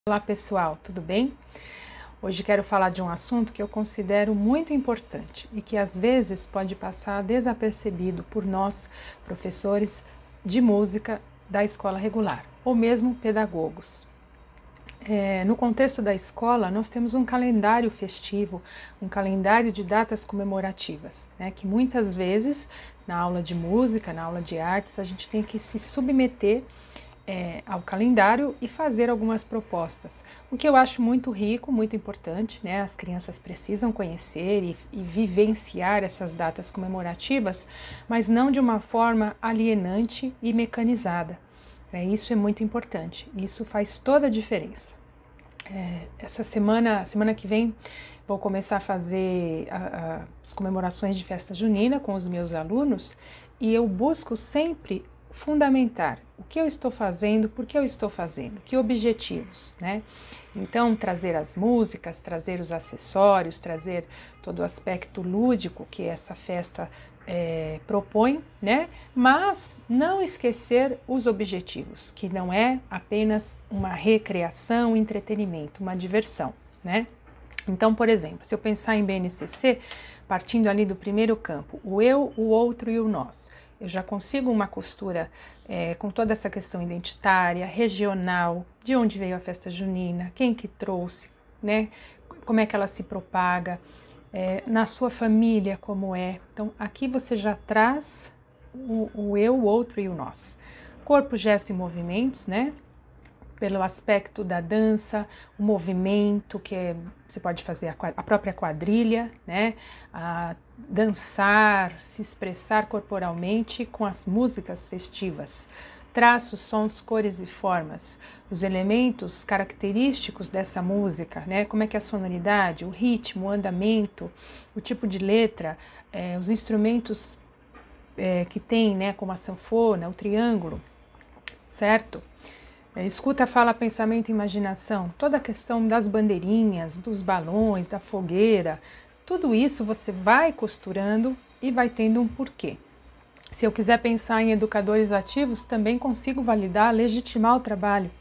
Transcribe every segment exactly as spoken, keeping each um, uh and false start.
Olá pessoal, tudo bem? Hoje quero falar de um assunto que eu considero muito importante e que às vezes pode passar desapercebido por nós, professores de música da escola regular, ou mesmo pedagogos. É, no contexto da escola, nós temos um calendário festivo, um calendário de datas comemorativas, né, que muitas vezes na aula de música, na aula de artes, a gente tem que se submeter É, ao calendário e fazer algumas propostas, o que eu acho muito rico, muito importante, né? As crianças precisam conhecer e, e vivenciar essas datas comemorativas, mas não de uma forma alienante e mecanizada. É, isso é muito importante, isso faz toda a diferença. É, essa semana, semana que vem, vou começar a fazer a, a, as comemorações de festa junina com os meus alunos e eu busco sempre fundamentar o que eu estou fazendo, por que eu estou fazendo, que objetivos, né? Então, trazer as músicas, trazer os acessórios, trazer todo o aspecto lúdico que essa festa é, propõe, né? Mas não esquecer os objetivos, que não é apenas uma recreação, entretenimento, uma diversão, né? Então, por exemplo, se eu pensar em B N C C, partindo ali do primeiro campo, o eu, o outro e o nós, eu já consigo uma costura é, com toda essa questão identitária, regional, de onde veio a festa junina, quem que trouxe, né? Como é que ela se propaga, é, na sua família como é. Então aqui você já traz o, o eu, o outro e o nós. Corpo, gesto e movimentos, né? Pelo aspecto da dança, o movimento, que é, você pode fazer a, a própria quadrilha, né? A dançar, se expressar corporalmente com as músicas festivas. Traços, sons, cores e formas, os elementos característicos dessa música, né? Como é que é a sonoridade, o ritmo, o andamento, o tipo de letra, é, os instrumentos é, que tem, né? Como a sanfona, o triângulo, certo? É, escuta, fala, pensamento e imaginação, toda a questão das bandeirinhas, dos balões, da fogueira, tudo isso você vai costurando e vai tendo um porquê. Se eu quiser pensar em educadores ativos, também consigo validar, legitimar o trabalho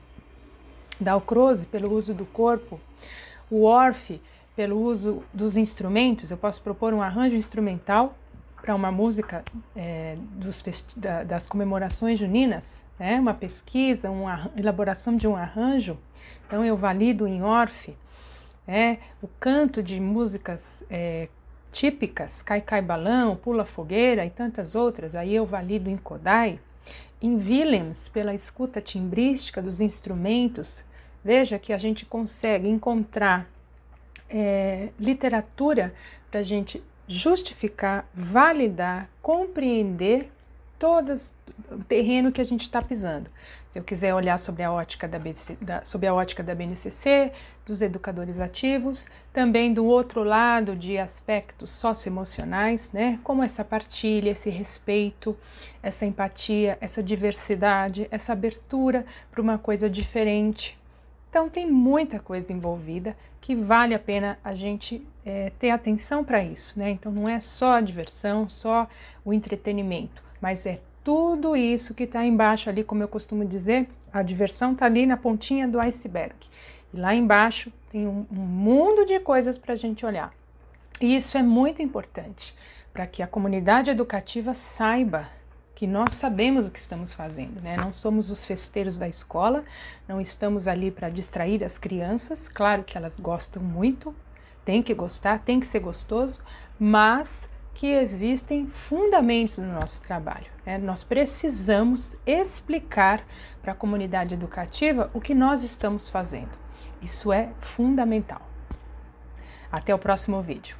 da Alcrose pelo uso do corpo, o Orff pelo uso dos instrumentos. Eu posso propor um arranjo instrumental para uma música é, dos da, das comemorações juninas, né? Uma pesquisa, uma elaboração de um arranjo, então eu valido em Orff, é, o canto de músicas é, típicas, Cai Cai Balão, Pula Fogueira e tantas outras, aí eu valido em Kodály, em Willems, pela escuta timbrística dos instrumentos. Veja que a gente consegue encontrar é, literatura para a gente justificar, validar, compreender todo o terreno que a gente está pisando. Se eu quiser olhar sobre a ótica da, B C, da, sobre a ótica da B N C C, dos educadores ativos, também do outro lado de aspectos socioemocionais, né? Como essa partilha, esse respeito, essa empatia, essa diversidade, essa abertura para uma coisa diferente. Então tem muita coisa envolvida que vale a pena a gente é, ter atenção para isso, né? Então não é só a diversão, só o entretenimento, mas é tudo isso que está embaixo ali, como eu costumo dizer, a diversão está ali na pontinha do iceberg. E lá embaixo tem um, um mundo de coisas para a gente olhar. E isso é muito importante para que a comunidade educativa saiba que nós sabemos o que estamos fazendo, né? Não somos os festeiros da escola, não estamos ali para distrair as crianças, claro que elas gostam muito, tem que gostar, tem que ser gostoso, mas que existem fundamentos no nosso trabalho, né? Nós precisamos explicar para a comunidade educativa o que nós estamos fazendo. Isso é fundamental. Até o próximo vídeo.